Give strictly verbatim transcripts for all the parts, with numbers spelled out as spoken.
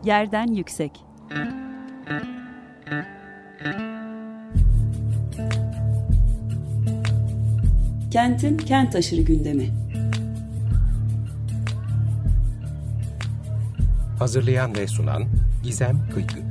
Yerden yüksek. Kentin kent aşırı gündemi. Hazırlayan ve sunan Gizem Kıykı.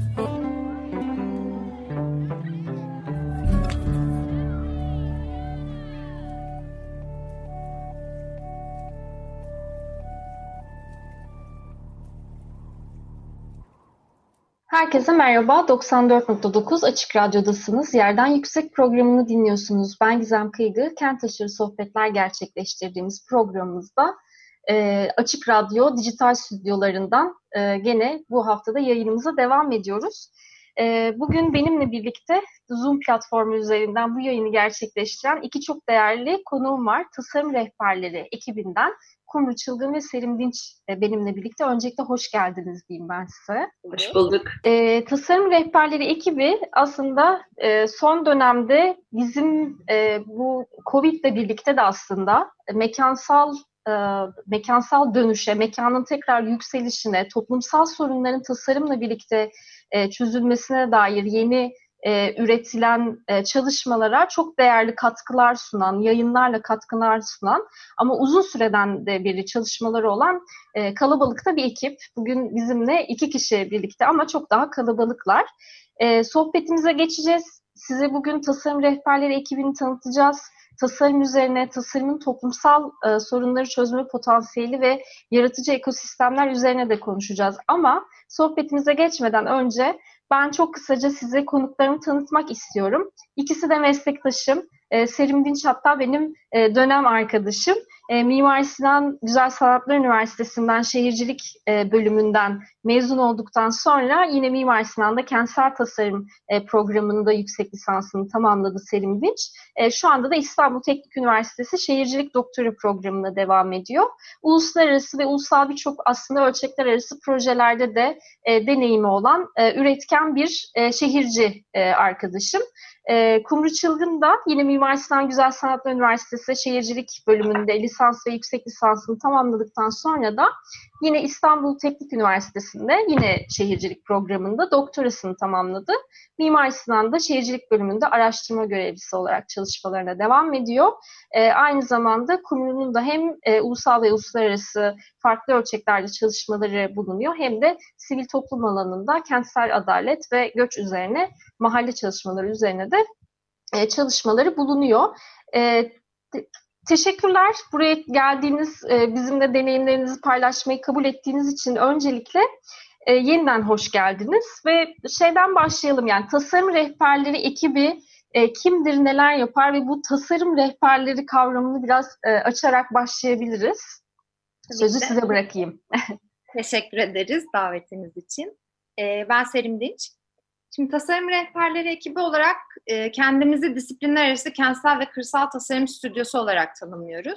Herkese merhaba. doksan dört nokta dokuz Açık Radyo'dasınız. Yerden Yüksek programını dinliyorsunuz. Ben Gizem Kıygı. Kent aşırı sohbetler gerçekleştirdiğimiz programımızda e, Açık Radyo dijital stüdyolarından e, gene bu haftada yayınımıza devam ediyoruz. E, bugün benimle birlikte Zoom platformu üzerinden bu yayını gerçekleştiren iki çok değerli konuğum var. Tasarım Rehberleri ekibinden Kumru Çılgın ve Selim Dinç benimle birlikte. Öncelikle hoş geldiniz diyeyim ben size. Hoş bulduk. E, Tasarım Rehberleri ekibi aslında e, son dönemde bizim e, bu Covid ile birlikte de aslında mekansal e, mekansal dönüşe, mekanın tekrar yükselişine, toplumsal sorunların tasarımla birlikte e, çözülmesine dair yeni E, üretilen e, çalışmalara çok değerli katkılar sunan, yayınlarla katkılar sunan ama uzun süreden de beri çalışmaları olan e, kalabalıkta bir ekip. Bugün bizimle iki kişi birlikte ama çok daha kalabalıklar. E, sohbetimize geçeceğiz. Size bugün Tasarım Rehberleri ekibini tanıtacağız. Tasarım üzerine, tasarımın toplumsal e, sorunları çözme potansiyeli ve yaratıcı ekosistemler üzerine de konuşacağız. Ama sohbetimize geçmeden önce ben çok kısaca size konuklarımı tanıtmak istiyorum. İkisi de meslektaşım. E, Selim Dinç hatta benim e, dönem arkadaşım. E, Mimar Sinan Güzel Sanatlar Üniversitesi'nden şehircilik e, bölümünden mezun olduktan sonra yine Mimar Sinan'da kentsel tasarım e, programında yüksek lisansını tamamladı Selim Dinç. E, şu anda da İstanbul Teknik Üniversitesi Şehircilik Doktora programına devam ediyor. Uluslararası ve ulusal birçok aslında ölçekler arası projelerde de e, deneyimi olan e, üretken bir e, şehirci e, arkadaşım. E, Kumru Çılgın da yine Mimar Sinan Güzel Sanatlar Üniversitesi Şehircilik bölümünde lisans ve yüksek lisansını tamamladıktan sonra da yine İstanbul Teknik Üniversitesi'nde yine şehircilik programında doktorasını tamamladı. Mimar Sinan'da şehircilik bölümünde araştırma görevlisi olarak çalışmalarına devam ediyor. E, aynı zamanda Kumru'nun da hem e, ulusal ve uluslararası farklı ölçeklerde çalışmaları bulunuyor hem de sivil toplum alanında kentsel adalet ve göç üzerine, mahalle çalışmaları üzerine de e, çalışmaları bulunuyor. E, te- teşekkürler buraya geldiğiniz, e, bizimle deneyimlerinizi paylaşmayı kabul ettiğiniz için öncelikle e, yeniden hoş geldiniz ve şeyden başlayalım, yani tasarım rehberleri ekibi e, kimdir, neler yapar ve bu tasarım rehberleri kavramını biraz e, açarak başlayabiliriz. Sözü size bırakayım. Teşekkür ederiz davetiniz için. Ee, ben Selim Dinç. Şimdi tasarım rehberleri ekibi olarak e, kendimizi disiplinler arası kentsel ve kırsal tasarım stüdyosu olarak tanımlıyoruz.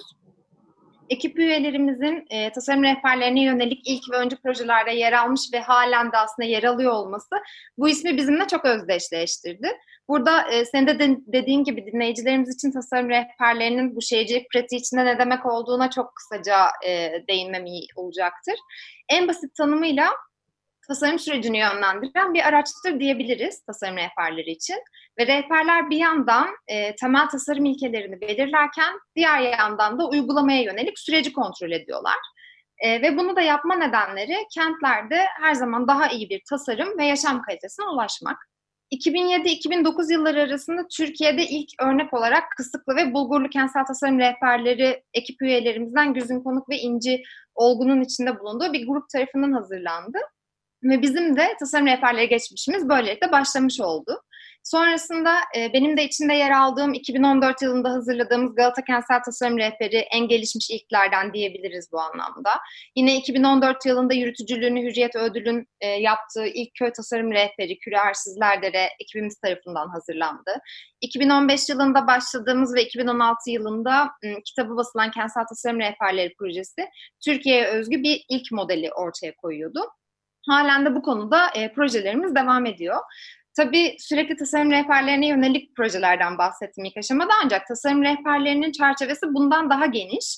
Ekip üyelerimizin e, tasarım rehberlerine yönelik ilk ve öncü projelerde yer almış ve halen de aslında yer alıyor olması bu ismi bizimle çok özdeşleştirdi. Burada e, senin de, de dediğin gibi dinleyicilerimiz için tasarım rehberlerinin bu şehircilik pratiği içinde ne demek olduğuna çok kısaca e, değinmem iyi olacaktır. En basit tanımıyla tasarım sürecini yönlendiren bir araçtır diyebiliriz tasarım rehberleri için. Ve rehberler bir yandan e, temel tasarım ilkelerini belirlerken diğer yandan da uygulamaya yönelik süreci kontrol ediyorlar. E, ve bunu da yapma nedenleri kentlerde her zaman daha iyi bir tasarım ve yaşam kalitesine ulaşmak. iki bin yedi iki bin dokuz yılları arasında Türkiye'de ilk örnek olarak Kısıklı ve Bulgurlu Kentsel Tasarım Rehberleri ekip üyelerimizden Güzin Konuk ve İnci Olgun'un içinde bulunduğu bir grup tarafından hazırlandı. Ve bizim de tasarım rehberleri geçmişimiz böylelikle başlamış oldu. Sonrasında e, benim de içinde yer aldığım iki bin on dört yılında hazırladığımız Galata Kentsel Tasarım Rehberi en gelişmiş ilklerden diyebiliriz bu anlamda. Yine iki bin on dört yılında yürütücülüğünü Hürriyet Ödül'ün e, yaptığı ilk köy tasarım rehberi Küre Ersizlerdere ekibimiz tarafından hazırlandı. iki bin on beş yılında başladığımız ve iki bin on altı yılında e, kitabı basılan Kentsel Tasarım Rehberleri projesi Türkiye'ye özgü bir ilk modeli ortaya koyuyordu. Halen de bu konuda e, projelerimiz devam ediyor. Tabii sürekli tasarım rehberlerine yönelik projelerden bahsettim ilk aşamada, ancak tasarım rehberlerinin çerçevesi bundan daha geniş.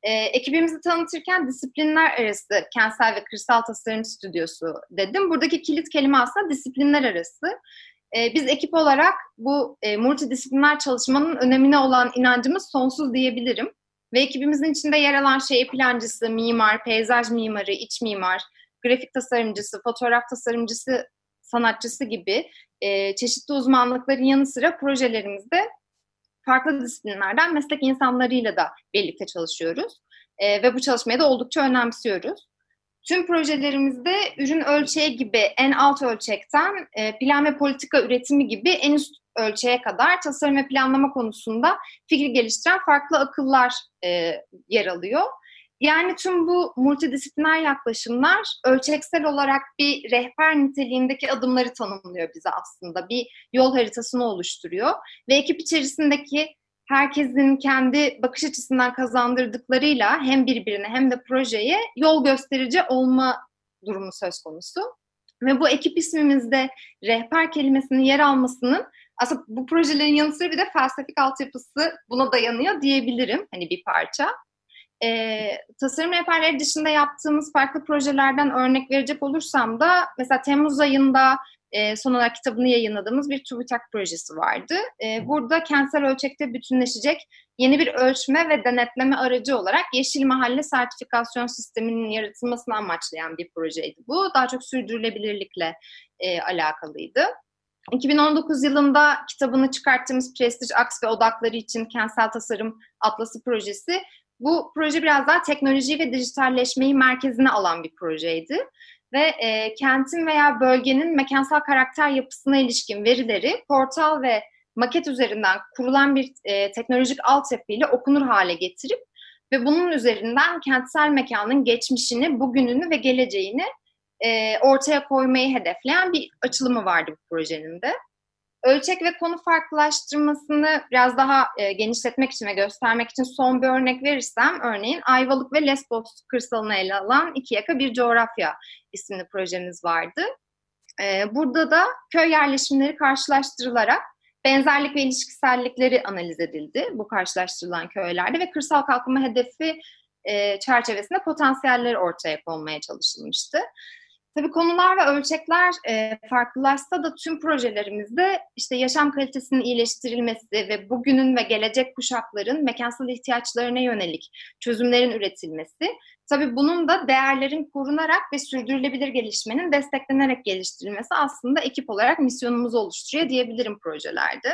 E, ekibimizi tanıtırken disiplinler arası kentsel ve kırsal tasarım stüdyosu dedim. Buradaki kilit kelime aslında disiplinler arası. E, biz ekip olarak bu e, multidisipliner çalışmanın önemine olan inancımız sonsuz diyebilirim. Ve ekibimizin içinde yer alan şehir plancısı, mimar, peyzaj mimarı, iç mimar, grafik tasarımcısı, fotoğraf tasarımcısı, sanatçısı gibi e, çeşitli uzmanlıkların yanı sıra projelerimizde farklı disiplinlerden meslek insanlarıyla da birlikte çalışıyoruz. E, ve bu çalışmayı da oldukça önemsiyoruz. Tüm projelerimizde ürün ölçeği gibi en alt ölçekten e, plan ve politika üretimi gibi en üst ölçeğe kadar tasarım ve planlama konusunda fikir geliştiren farklı akıllar e, yer alıyor. Yani tüm bu multidisipliner yaklaşımlar ölçeksel olarak bir rehber niteliğindeki adımları tanımlıyor bize aslında. Bir yol haritasını oluşturuyor ve ekip içerisindeki herkesin kendi bakış açısından kazandırdıklarıyla hem birbirine hem de projeye yol gösterici olma durumu söz konusu. Ve bu ekip ismimizde rehber kelimesinin yer almasının aslında bu projelerin yanı sıra bir de felsefik altyapısı buna dayanıyor diyebilirim. Hani bir parça. Ee, tasarım rehberleri dışında yaptığımız farklı projelerden örnek verecek olursam da mesela Temmuz ayında e, son olarak kitabını yayınladığımız bir TÜBİTAK projesi vardı. E, burada kentsel ölçekte bütünleşecek yeni bir ölçme ve denetleme aracı olarak Yeşil Mahalle sertifikasyon sisteminin yaratılmasını amaçlayan bir projeydi bu. Daha çok sürdürülebilirlikle e, alakalıydı. iki bin on dokuz yılında kitabını çıkarttığımız Prestij Aks ve Odakları için Kentsel Tasarım Atlası projesi, bu proje biraz daha teknoloji ve dijitalleşmeyi merkezine alan bir projeydi. Ve e, kentin veya bölgenin mekansal karakter yapısına ilişkin verileri portal ve maket üzerinden kurulan bir e, teknolojik altyapıyla okunur hale getirip ve bunun üzerinden kentsel mekanın geçmişini, bugününü ve geleceğini e, ortaya koymayı hedefleyen bir açılımı vardı bu projenin de. Ölçek ve konu farklılaştırmasını biraz daha e, genişletmek için ve göstermek için son bir örnek verirsem, örneğin Ayvalık ve Lesbos kırsalını ele alan İki Yaka Bir Coğrafya isimli projemiz vardı. E, burada da köy yerleşimleri karşılaştırılarak benzerlik ve ilişkisellikleri analiz edildi bu karşılaştırılan köylerde ve kırsal kalkınma hedefi e, çerçevesinde potansiyelleri ortaya konmaya çalışılmıştı. Tabii konular ve ölçekler e, farklılaşsa da tüm projelerimizde işte yaşam kalitesinin iyileştirilmesi ve bugünün ve gelecek kuşakların mekansal ihtiyaçlarına yönelik çözümlerin üretilmesi, tabii bunun da değerlerin korunarak ve sürdürülebilir gelişmenin desteklenerek geliştirilmesi aslında ekip olarak misyonumuzu oluşturuyor diyebilirim projelerde.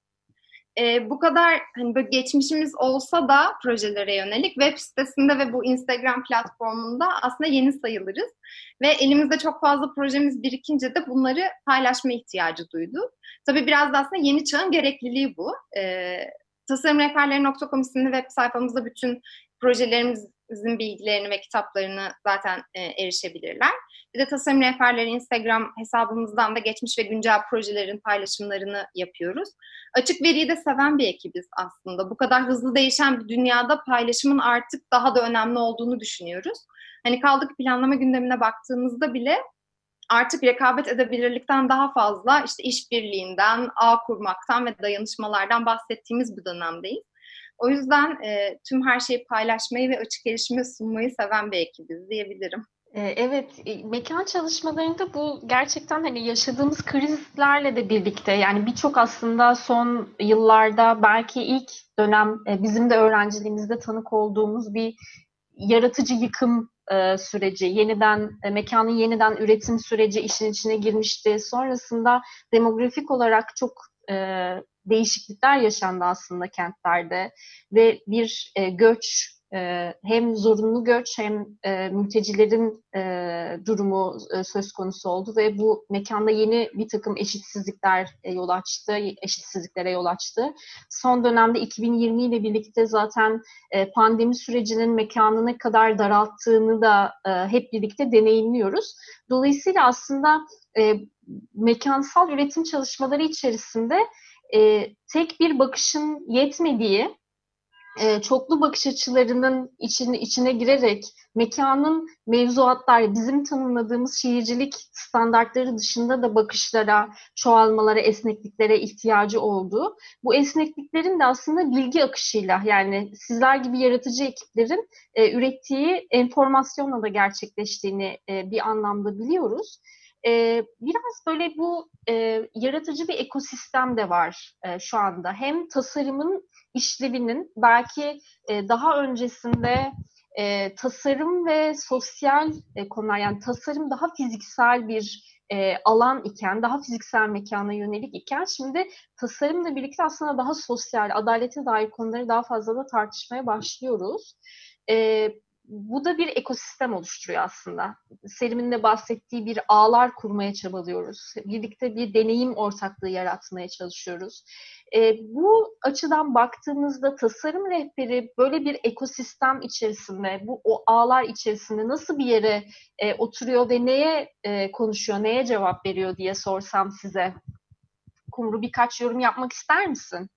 Ee, bu kadar hani böyle geçmişimiz olsa da projelere yönelik web sitesinde ve bu Instagram platformunda aslında yeni sayılırız. Ve elimizde çok fazla projemiz birikince de bunları paylaşma ihtiyacı duyduk. Tabii biraz da aslında yeni çağın gerekliliği bu. Ee, tasarım rehberleri nokta com isimli web sayfamızda bütün projelerimizin bilgilerini ve kitaplarını zaten e, erişebilirler. Bir de Tasarım Rehberleri Instagram hesabımızdan da geçmiş ve güncel projelerin paylaşımlarını yapıyoruz. Açık veriyi de seven bir ekibiz aslında. Bu kadar hızlı değişen bir dünyada paylaşımın artık daha da önemli olduğunu düşünüyoruz. Hani kaldık planlama gündemine baktığımızda bile artık rekabet edebilirlikten daha fazla işte işbirliğinden, ağ kurmaktan ve dayanışmalardan bahsettiğimiz bir dönemdeyiz. O yüzden e, tüm her şeyi paylaşmayı ve açık erişime sunmayı seven bir ekibiz diyebilirim. Evet, mekan çalışmalarında bu gerçekten hani yaşadığımız krizlerle de birlikte, yani birçok aslında son yıllarda belki ilk dönem bizim de öğrenciliğimizde tanık olduğumuz bir yaratıcı yıkım süreci, yeniden mekanın yeniden üretim süreci işin içine girmişti. Sonrasında demografik olarak çok değişiklikler yaşandı aslında kentlerde ve bir göç, hem zorunlu göç hem e, mültecilerin e, durumu e, söz konusu oldu ve bu mekanda yeni bir takım eşitsizlikler e, yol açtı, eşitsizliklere yol açtı. Son dönemde iki bin yirmi ile birlikte zaten e, pandemi sürecinin mekanı ne kadar daralttığını da e, hep birlikte deneyimliyoruz. Dolayısıyla aslında e, mekansal üretim çalışmaları içerisinde e, tek bir bakışın yetmediği, e, çoklu bakış açılarının içine, içine girerek mekanın mevzuatlar, bizim tanımladığımız şehircilik standartları dışında da bakışlara, çoğalmalara, esnekliklere ihtiyacı olduğu, bu esnekliklerin de aslında bilgi akışıyla, yani sizler gibi yaratıcı ekiplerin e, ürettiği enformasyonla da gerçekleştiğini e, bir anlamda biliyoruz. Ee, biraz böyle bu e, yaratıcı bir ekosistem de var e, şu anda. Hem tasarımın işlevinin belki e, daha öncesinde e, tasarım ve sosyal e, konular, yani tasarım daha fiziksel bir e, alan iken, daha fiziksel mekana yönelik iken, şimdi tasarımla birlikte aslında daha sosyal, adalete dair konuları daha fazla da tartışmaya başlıyoruz. E, Bu da bir ekosistem oluşturuyor aslında. Selim'in de bahsettiği bir ağlar kurmaya çabalıyoruz. Birlikte bir deneyim ortaklığı yaratmaya çalışıyoruz. E, bu açıdan baktığımızda tasarım rehberi böyle bir ekosistem içerisinde, bu o ağlar içerisinde nasıl bir yere e, oturuyor ve neye e, konuşuyor, neye cevap veriyor diye sorsam size. Kumru, birkaç yorum yapmak ister misin?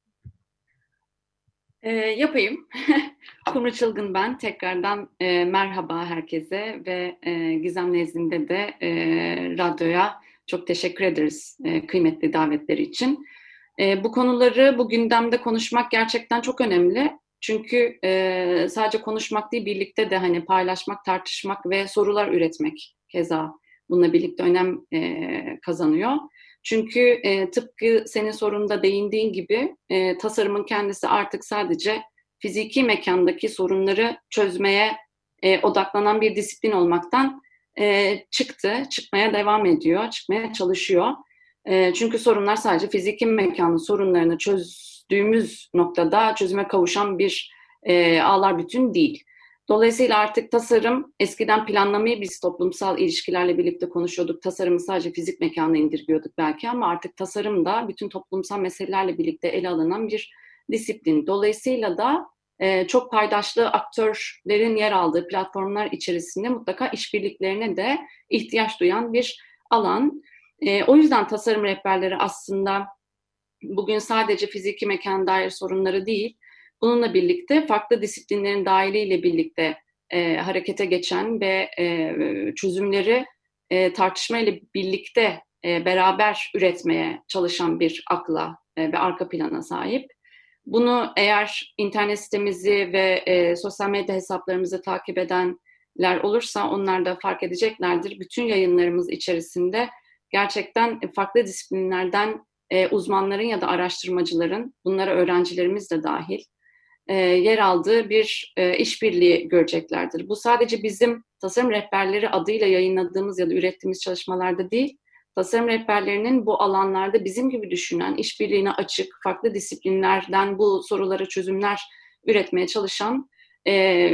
E, yapayım. Kumru Çılgın ben. Tekrardan e, merhaba herkese ve e, Gizem nezdinde de e, radyoya çok teşekkür ederiz e, kıymetli davetleri için. E, bu konuları bu gündemde konuşmak gerçekten çok önemli. Çünkü e, sadece konuşmak değil, birlikte de hani paylaşmak, tartışmak ve sorular üretmek keza bununla birlikte önem e, kazanıyor. Çünkü e, tıpkı senin sorunda değindiğin gibi e, tasarımın kendisi artık sadece fiziki mekandaki sorunları çözmeye e, odaklanan bir disiplin olmaktan e, çıktı, çıkmaya devam ediyor, çıkmaya çalışıyor. E, çünkü sorunlar sadece fiziki mekanın sorunlarını çözdüğümüz noktada çözüme kavuşan bir e, ağlar bütün değil. Dolayısıyla artık tasarım, eskiden planlamayı biz toplumsal ilişkilerle birlikte konuşuyorduk. Tasarımı sadece fizik mekana indirgiyorduk belki ama artık tasarım da bütün toplumsal meselelerle birlikte ele alınan bir disiplin. Dolayısıyla da e, çok paydaşlı aktörlerin yer aldığı platformlar içerisinde mutlaka işbirliklerine de ihtiyaç duyan bir alan. E, o yüzden tasarım rehberleri aslında bugün sadece fiziki mekana dair sorunları değil, bununla birlikte farklı disiplinlerin dahiliyle birlikte e, harekete geçen ve e, çözümleri e, tartışmayla birlikte e, beraber üretmeye çalışan bir akla e, ve arka plana sahip. Bunu eğer internet sitemizi ve e, sosyal medya hesaplarımızı takip edenler olursa onlar da fark edeceklerdir. Bütün yayınlarımız içerisinde gerçekten farklı disiplinlerden e, uzmanların ya da araştırmacıların, bunlara öğrencilerimiz de dahil, e, yer aldığı bir e, işbirliği göreceklerdir. Bu sadece bizim tasarım rehberleri adıyla yayınladığımız ya da ürettiğimiz çalışmalarda değil, tasarım rehberlerinin bu alanlarda bizim gibi düşünen, işbirliğine açık, farklı disiplinlerden bu sorulara çözümler üretmeye çalışan e,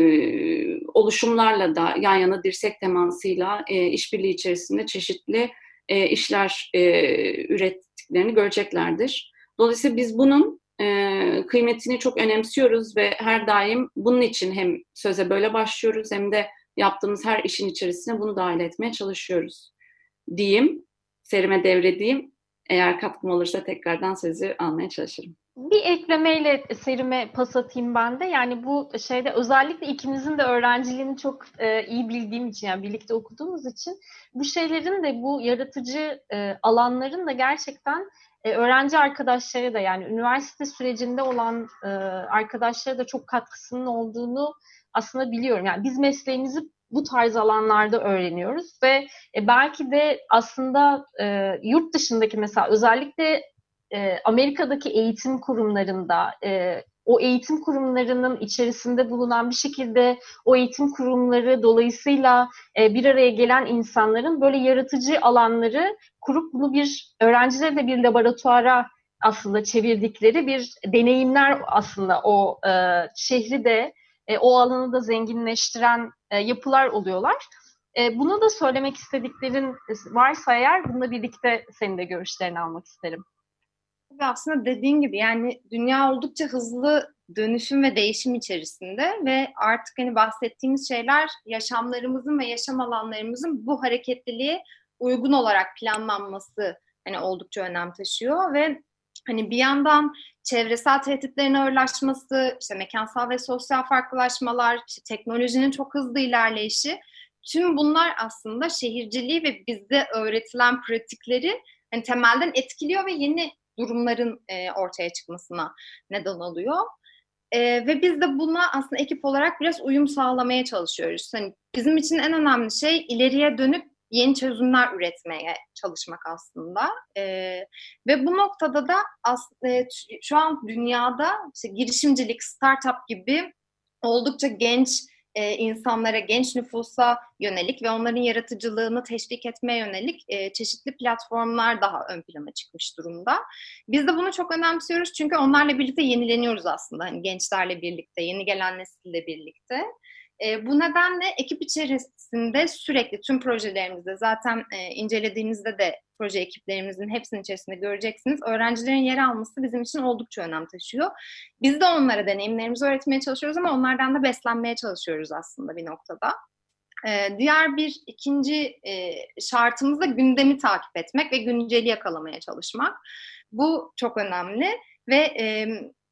oluşumlarla da yan yana dirsek temasıyla e, işbirliği içerisinde çeşitli e, işler e, ürettiklerini göreceklerdir. Dolayısıyla biz bunun e, kıymetini çok önemsiyoruz ve her daim bunun için hem söze böyle başlıyoruz hem de yaptığımız her işin içerisine bunu dahil etmeye çalışıyoruz diyeyim. Selim'e devredeyim. Eğer katkım olursa tekrardan sözü almaya çalışırım. Bir eklemeyle Selim'e pas atayım ben de. Yani bu şeyde özellikle ikimizin de öğrenciliğini çok e, iyi bildiğim için, yani birlikte okuduğumuz için bu şeylerin de, bu yaratıcı e, alanların da gerçekten e, öğrenci arkadaşlara da, yani üniversite sürecinde olan e, arkadaşlara da çok katkısının olduğunu aslında biliyorum. Yani biz mesleğimizi bu tarz alanlarda öğreniyoruz ve e, belki de aslında e, yurt dışındaki, mesela özellikle e, Amerika'daki eğitim kurumlarında, e, o eğitim kurumlarının içerisinde bulunan, bir şekilde o eğitim kurumları dolayısıyla e, bir araya gelen insanların böyle yaratıcı alanları kurup bunu bir öğrencileri de bir laboratuvara aslında çevirdikleri bir deneyimler, aslında o e, şehri de e, o alanı da zenginleştiren e, yapılar oluyorlar. E, bunu da söylemek istediklerin varsa eğer, bununla birlikte senin de görüşlerini almak isterim. Aslında dediğin gibi, yani dünya oldukça hızlı dönüşüm ve değişim içerisinde ve artık hani bahsettiğimiz şeyler yaşamlarımızın ve yaşam alanlarımızın bu hareketliliğe uygun olarak planlanması hani oldukça önem taşıyor ve Hani bir yandan çevresel tehditlerin ağırlaşması, işte mekansal ve sosyal farklılaşmalar, işte teknolojinin çok hızlı ilerleyişi, tüm bunlar aslında şehirciliği ve bizde öğretilen pratikleri hani temelden etkiliyor ve yeni durumların e, ortaya çıkmasına neden oluyor. E, ve biz de buna aslında ekip olarak biraz uyum sağlamaya çalışıyoruz. Hani bizim için en önemli şey ileriye dönük yeni çözümler üretmeye çalışmak aslında. Ee, ve bu noktada da aslında şu an dünyada işte girişimcilik, startup gibi oldukça genç e, insanlara, genç nüfusa yönelik ve onların yaratıcılığını teşvik etmeye yönelik e, çeşitli platformlar daha ön plana çıkmış durumda. Biz de bunu çok önemsiyoruz çünkü onlarla birlikte yenileniyoruz aslında. Hani gençlerle birlikte, yeni gelen nesille birlikte. E, bu nedenle ekip içerisinde sürekli tüm projelerimizde zaten e, incelediğinizde de proje ekiplerimizin hepsinin içerisinde göreceksiniz. Öğrencilerin yer alması bizim için oldukça önem taşıyor. Biz de onlara deneyimlerimizi öğretmeye çalışıyoruz ama onlardan da beslenmeye çalışıyoruz aslında bir noktada. E, diğer bir ikinci e, şartımız da gündemi takip etmek ve günceli yakalamaya çalışmak. Bu çok önemli ve e,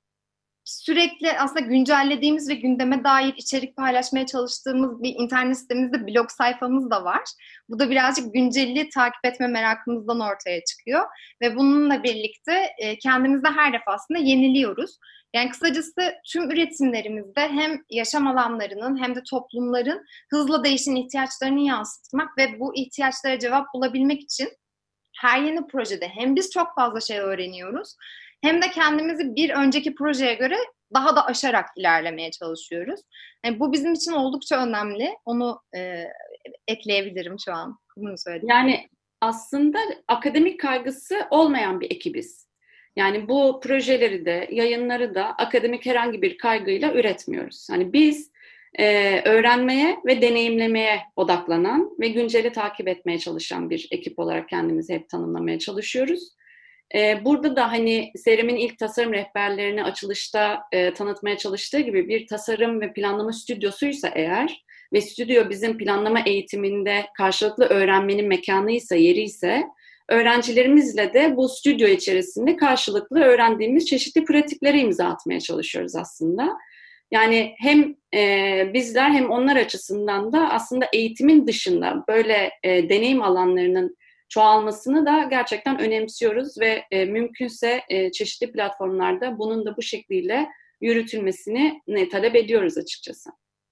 sürekli aslında güncellediğimiz ve gündeme dair içerik paylaşmaya çalıştığımız bir internet sitemizde blog sayfamız da var. Bu da birazcık güncelliği takip etme merakımızdan ortaya çıkıyor. Ve bununla birlikte kendimizi de her defasında yeniliyoruz. Yani kısacası tüm üretimlerimizde hem yaşam alanlarının hem de toplumların hızla değişen ihtiyaçlarını yansıtmak ve bu ihtiyaçlara cevap bulabilmek için her yeni projede hem biz çok fazla şey öğreniyoruz hem de kendimizi bir önceki projeye göre daha da aşarak ilerlemeye çalışıyoruz. Yani bu bizim için oldukça önemli. Onu e, ekleyebilirim şu an. Bunu söyledim. Yani aslında akademik kaygısı olmayan bir ekibiz. Yani bu projeleri de, yayınları da akademik herhangi bir kaygıyla üretmiyoruz. Yani biz e, öğrenmeye ve deneyimlemeye odaklanan ve günceli takip etmeye çalışan bir ekip olarak kendimizi hep tanımlamaya çalışıyoruz. Burada da hani Serim'in ilk tasarım rehberlerini açılışta e, tanıtmaya çalıştığı gibi bir tasarım ve planlama stüdyosuysa eğer ve stüdyo bizim planlama eğitiminde karşılıklı öğrenmenin mekanıysa, yeriyse öğrencilerimizle de bu stüdyo içerisinde karşılıklı öğrendiğimiz çeşitli pratiklere imza atmaya çalışıyoruz aslında. Yani hem e, bizler hem onlar açısından da aslında eğitimin dışında böyle e, deneyim alanlarının çoğalmasını da gerçekten önemsiyoruz ve e, mümkünse e, çeşitli platformlarda bunun da bu şekliyle yürütülmesini ne, talep ediyoruz açıkçası.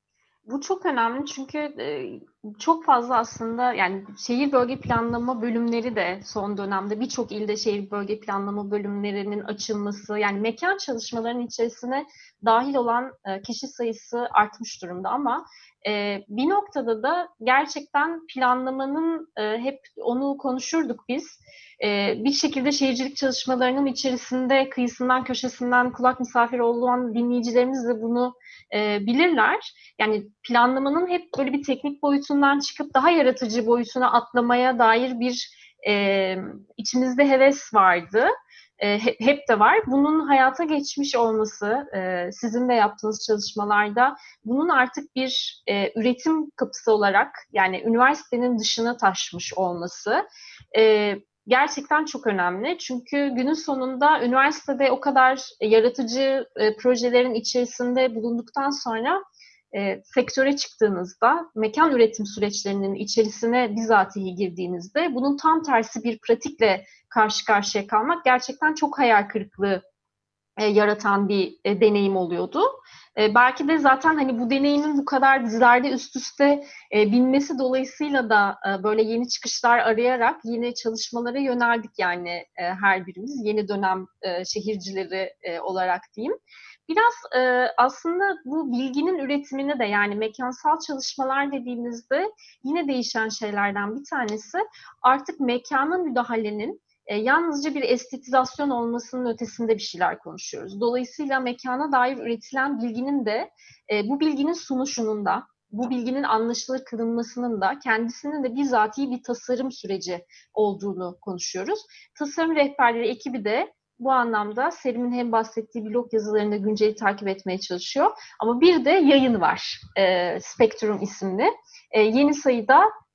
Bu çok önemli çünkü e, çok fazla aslında yani şehir bölge planlama bölümleri de son dönemde birçok ilde şehir bölge planlama bölümlerinin açılması, yani mekan çalışmalarının içerisine dahil olan e, kişi sayısı artmış durumda ama e, bir noktada da gerçekten planlamanın e, hep onu konuşurduk biz. E, bir şekilde şehircilik çalışmalarının içerisinde kıyısından köşesinden kulak misafiri olan dinleyicilerimiz de bunu e, bilirler. Yani planlamanın hep böyle bir teknik boyutundan çıkıp daha yaratıcı boyutuna atlamaya dair bir e, içimizde heves vardı. E, hep de var. Bunun hayata geçmiş olması, e, sizin de yaptığınız çalışmalarda bunun artık bir e, üretim kapısı olarak yani üniversitenin dışına taşmış olması e, gerçekten çok önemli. Çünkü günün sonunda üniversitede o kadar yaratıcı e, projelerin içerisinde bulunduktan sonra e, sektöre çıktığınızda, mekan üretim süreçlerinin içerisine bizatihi girdiğinizde bunun tam tersi bir pratikle karşı karşıya kalmak gerçekten çok hayal kırıklığı e, yaratan bir e, deneyim oluyordu. E, belki de zaten hani bu deneyimin bu kadar dizilerde üst üste e, binmesi dolayısıyla da e, böyle yeni çıkışlar arayarak yeni çalışmalara yöneldik yani e, her birimiz yeni dönem e, şehircileri e, olarak diyeyim. Biraz e, aslında bu bilginin üretimini de yani mekansal çalışmalar dediğimizde yine değişen şeylerden bir tanesi artık mekana müdahalenin e, yalnızca bir estetizasyon olmasının ötesinde bir şeyler konuşuyoruz. Dolayısıyla mekana dair üretilen bilginin de e, bu bilginin sunuşunun da bu bilginin anlaşılır kılınmasının da kendisinin de bizatihi bir tasarım süreci olduğunu konuşuyoruz. Tasarım rehberleri ekibi de bu anlamda Serim'in hem bahsettiği blog yazılarında günceli takip etmeye çalışıyor. Ama bir de yayın var. E, Spektrum isimli. E, yeni sayıda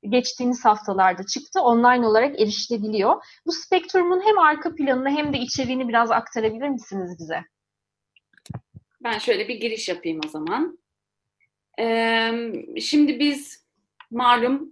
geçtiğimiz haftalarda çıktı. Online olarak erişilebiliyor. Bu Spektrum'un hem arka planını hem de içeriğini biraz aktarabilir misiniz bize? Ben şöyle bir giriş yapayım o zaman. Ee, şimdi biz malum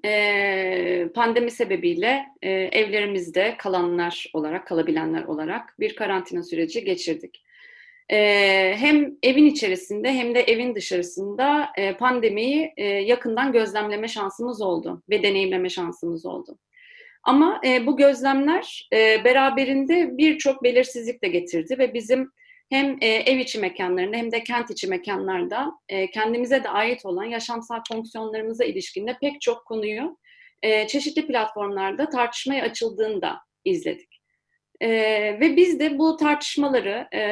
e, pandemi sebebiyle e, evlerimizde kalanlar olarak, kalabilenler olarak bir karantina süreci geçirdik. E, hem evin içerisinde hem de evin dışarısında e, pandemiyi e, yakından gözlemleme şansımız oldu ve deneyimleme şansımız oldu. Ama e, bu gözlemler e, beraberinde birçok belirsizlik de getirdi ve bizim hem e, ev içi mekanlarında hem de kent içi mekanlarda e, kendimize de ait olan yaşamsal fonksiyonlarımıza ilişkinde pek çok konuyu e, çeşitli platformlarda tartışmaya açıldığını da izledik. E, ve biz de bu tartışmaları e,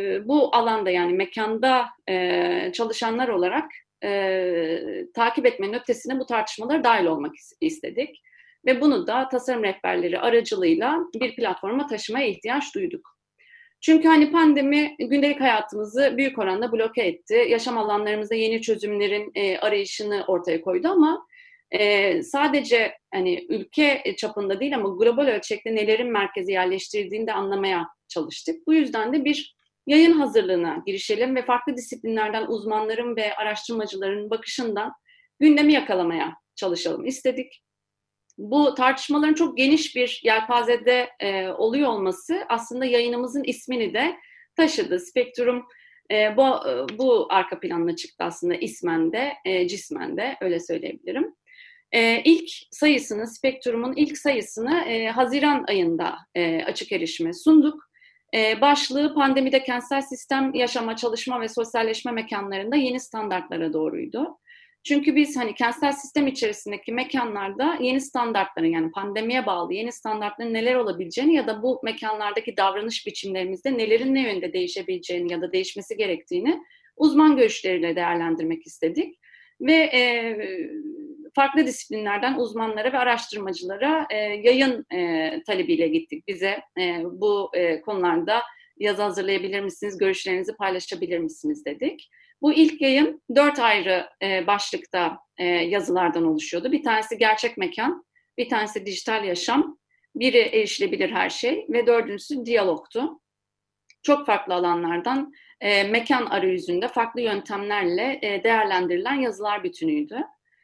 bu alanda yani mekanda e, çalışanlar olarak e, takip etmenin ötesine bu tartışmalara dahil olmak istedik. Ve bunu da tasarım rehberleri aracılığıyla bir platforma taşımaya ihtiyaç duyduk. Çünkü hani pandemi gündelik hayatımızı büyük oranda bloke etti. Yaşam alanlarımızda yeni çözümlerin e, arayışını ortaya koydu ama e, sadece hani ülke çapında değil ama global ölçekte nelerin merkeze yerleştirdiğini de anlamaya çalıştık. Bu yüzden de bir yayın hazırlığına girişelim ve farklı disiplinlerden uzmanların ve araştırmacıların bakışından gündemi yakalamaya çalışalım istedik. Bu tartışmaların çok geniş bir yelpazede e, oluyor olması aslında yayınımızın ismini de taşıdı. Spektrum e, bu, bu arka planına çıktı aslında ismen de, e, cismen de öyle söyleyebilirim. E, ilk sayısını, Spektrum'un ilk sayısını e, Haziran ayında e, açık erişime sunduk. E, başlığı pandemide kentsel sistem, yaşama, çalışma ve sosyalleşme mekanlarında yeni standartlara doğruydu. Çünkü biz hani kentsel sistem içerisindeki mekanlarda yeni standartların yani pandemiye bağlı yeni standartların neler olabileceğini ya da bu mekanlardaki davranış biçimlerimizde nelerin ne yönde değişebileceğini ya da değişmesi gerektiğini uzman görüşleriyle değerlendirmek istedik. Ve e, farklı disiplinlerden uzmanlara ve araştırmacılara e, yayın e, talebiyle gittik. Bize e, bu e, konularda yazı hazırlayabilir misiniz, görüşlerinizi paylaşabilir misiniz dedik. Bu ilk yayın dört ayrı e, başlıkta e, yazılardan oluşuyordu. Bir tanesi gerçek mekan, bir tanesi dijital yaşam, biri erişilebilir her şey ve dördüncüsü diyalogtu. Çok farklı alanlardan e, mekan arayüzünde farklı yöntemlerle e, değerlendirilen yazılar bütünüydü.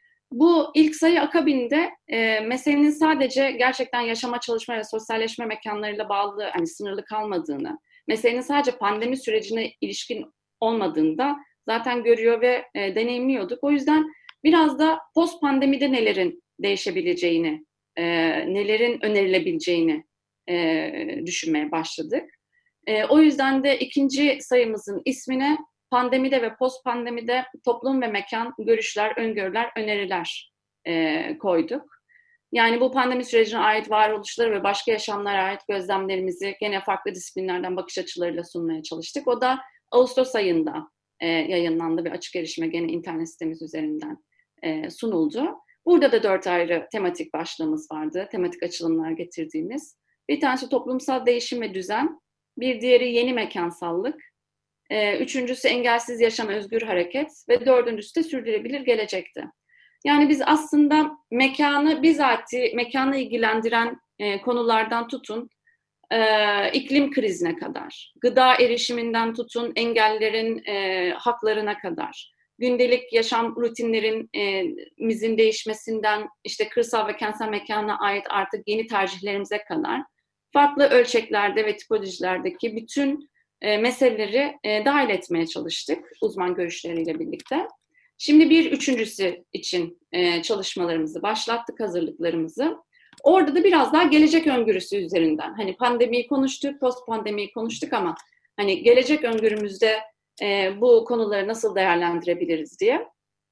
Bu ilk sayı akabinde e, meselenin sadece gerçekten yaşama, çalışma ve sosyalleşme mekanlarıyla bağlı, hani sınırlı kalmadığını, meselenin sadece pandemi sürecine ilişkin olmadığında zaten görüyor ve e, deneyimliyorduk. O yüzden biraz da post pandemide nelerin değişebileceğini, e, nelerin önerilebileceğini e, düşünmeye başladık. E, o yüzden de ikinci sayımızın ismine pandemide ve post pandemide toplum ve mekan, görüşler, öngörüler, öneriler e, koyduk. Yani bu pandemi sürecine ait varoluşları ve başka yaşamlara ait gözlemlerimizi gene farklı disiplinlerden bakış açılarıyla sunmaya çalıştık. O da Ağustos ayında e, yayınlandı ve açık erişime gene internet sitemiz üzerinden e, sunuldu. Burada da dört ayrı tematik başlığımız vardı, tematik açılımlar getirdiğimiz. Bir tanesi toplumsal değişim ve düzen, bir diğeri yeni mekansallık, e, üçüncüsü engelsiz yaşam, özgür hareket ve dördüncüsü de sürdürülebilir gelecekti. Yani biz aslında mekanı bizatihi mekanla ilgilendiren e, konulardan tutun, e, iklim krizine kadar, gıda erişiminden tutun, engellerin e, haklarına kadar, gündelik yaşam rutinlerimizin değişmesinden, işte kırsal ve kentsel mekana ait artık yeni tercihlerimize kadar, farklı ölçeklerde ve tipolojilerdeki bütün e, meseleleri e, dahil etmeye çalıştık uzman görüşleriyle birlikte. Şimdi bir üçüncüsü için e, çalışmalarımızı başlattık, hazırlıklarımızı. Orada da biraz daha gelecek öngörüsü üzerinden. Hani pandemiyi konuştuk, post pandemiyi konuştuk ama hani gelecek öngörümüzde e, bu konuları nasıl değerlendirebiliriz diye.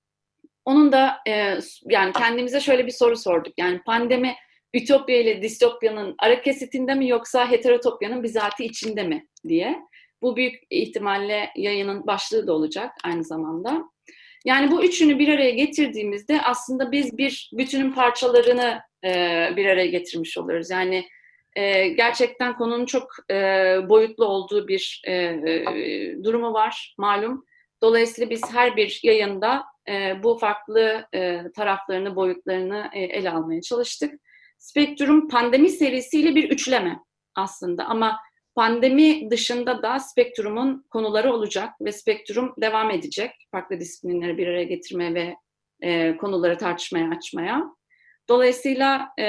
Onun da e, yani kendimize şöyle bir soru sorduk. Yani pandemi ütopya ile distopyanın ara kesitinde mi yoksa heterotopyanın bizatihi içinde mi diye. Bu büyük ihtimalle yayının başlığı da olacak aynı zamanda. Yani bu üçünü bir araya getirdiğimizde aslında biz bir bütünün parçalarını e, bir araya getirmiş oluyoruz. Yani e, gerçekten konunun çok e, boyutlu olduğu bir e, e, durumu var malum. Dolayısıyla biz her bir yayında e, bu farklı e, taraflarını, boyutlarını e, ele almaya çalıştık. Spektrum pandemi serisiyle bir üçleme aslında ama pandemi dışında da Spektrum'un konuları olacak ve Spektrum devam edecek. Farklı disiplinleri bir araya getirmeye ve e, konuları tartışmaya, açmaya. Dolayısıyla e,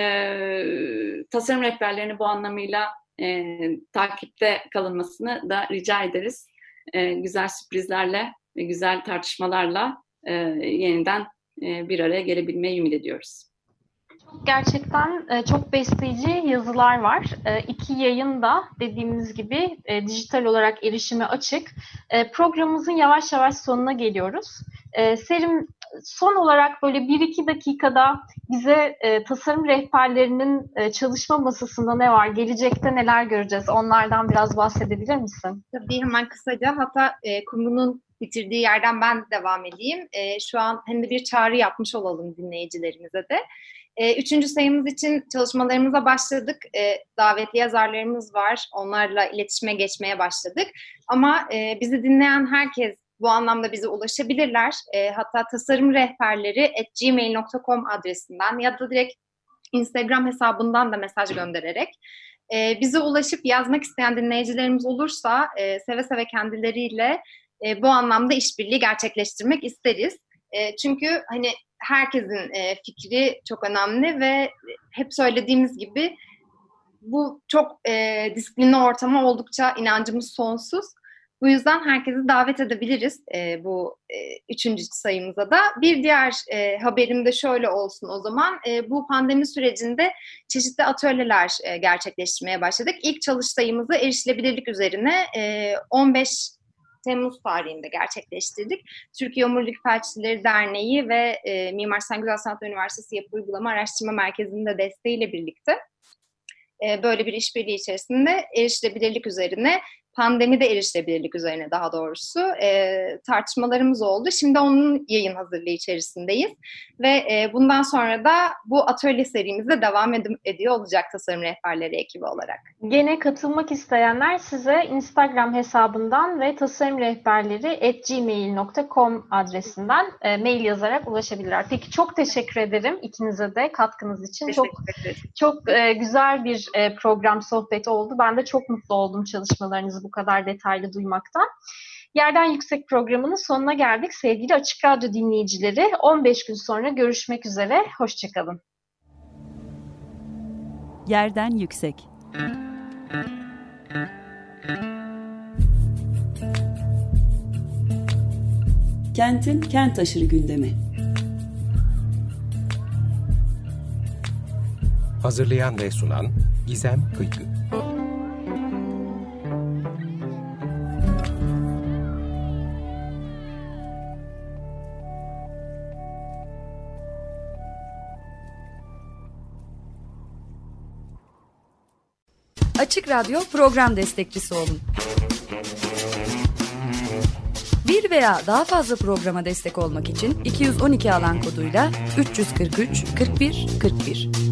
tasarım rehberlerini bu anlamıyla e, takipte kalınmasını da rica ederiz. E, güzel sürprizlerle ve güzel tartışmalarla e, yeniden e, bir araya gelebilmeyi ümit ediyoruz. Gerçekten e, çok besleyici yazılar var. E, iki yayın da dediğimiz gibi e, dijital olarak erişime açık. E, programımızın yavaş yavaş sonuna geliyoruz. E, Serim, son olarak böyle bir iki dakikada bize e, tasarım rehberlerinin e, çalışma masasında ne var? Gelecekte neler göreceğiz? Onlardan biraz bahsedebilir misin? Tabii, hemen kısaca. Hatta e, Kumru'nun bitirdiği yerden ben devam edeyim. E, şu an hem de bir çağrı yapmış olalım dinleyicilerimize de. E, üçüncü sayımız için çalışmalarımıza başladık. E, davetli yazarlarımız var. Onlarla iletişime geçmeye başladık. Ama e, bizi dinleyen herkes bu anlamda bize ulaşabilirler. E, hatta tasarım rehberleri at gmail nokta com adresinden ya da direkt Instagram hesabından da mesaj göndererek e, bize ulaşıp yazmak isteyen dinleyicilerimiz olursa e, seve seve kendileriyle e, bu anlamda işbirliği gerçekleştirmek isteriz. E, çünkü hani herkesin e, fikri çok önemli ve hep söylediğimiz gibi bu çok e, disiplinli ortama oldukça inancımız sonsuz. Bu yüzden herkesi davet edebiliriz e, bu e, üçüncü sayımıza da. Bir diğer e, haberim de şöyle olsun o zaman. E, bu pandemi sürecinde çeşitli atölyeler e, gerçekleştirmeye başladık. İlk çalıştayımızı erişilebilirlik üzerine e, on beş Temmuz tarihinde gerçekleştirdik. Türkiye Omurilik Felçlileri Derneği ve e, Mimar Sinan Güzel Sanatlar Üniversitesi Yapı Uygulama Araştırma Merkezi'nin de desteğiyle birlikte e, böyle bir işbirliği içerisinde erişilebilirlik üzerine, pandemide erişilebilirlik üzerine daha doğrusu e, tartışmalarımız oldu. Şimdi onun yayın hazırlığı içerisindeyiz ve e, bundan sonra da bu atölye serimizde devam ed- ediyor olacak tasarım rehberleri ekibi olarak. Gene katılmak isteyenler size Instagram hesabından ve tasarım rehberleri at gmail nokta com adresinden e, mail yazarak ulaşabilirler. Peki, çok teşekkür ederim ikinize de katkınız için. Teşekkür çok ederim. çok e, güzel bir e, program sohbeti oldu. Ben de çok mutlu oldum çalışmalarınızı bu kadar detaylı duymaktan. Yerden Yüksek programının sonuna geldik. Sevgili Açık Radyo dinleyicileri, on beş gün sonra görüşmek üzere. Hoşçakalın. Yerden Yüksek. Kentin kent aşırı gündemi. Hazırlayan ve sunan Gizem Kıykı. Açık Radyo program destekçisi olun. Bir veya daha fazla programa destek olmak için iki yüz on iki alan koduyla üç yüz kırk üç kırk bir kırk bir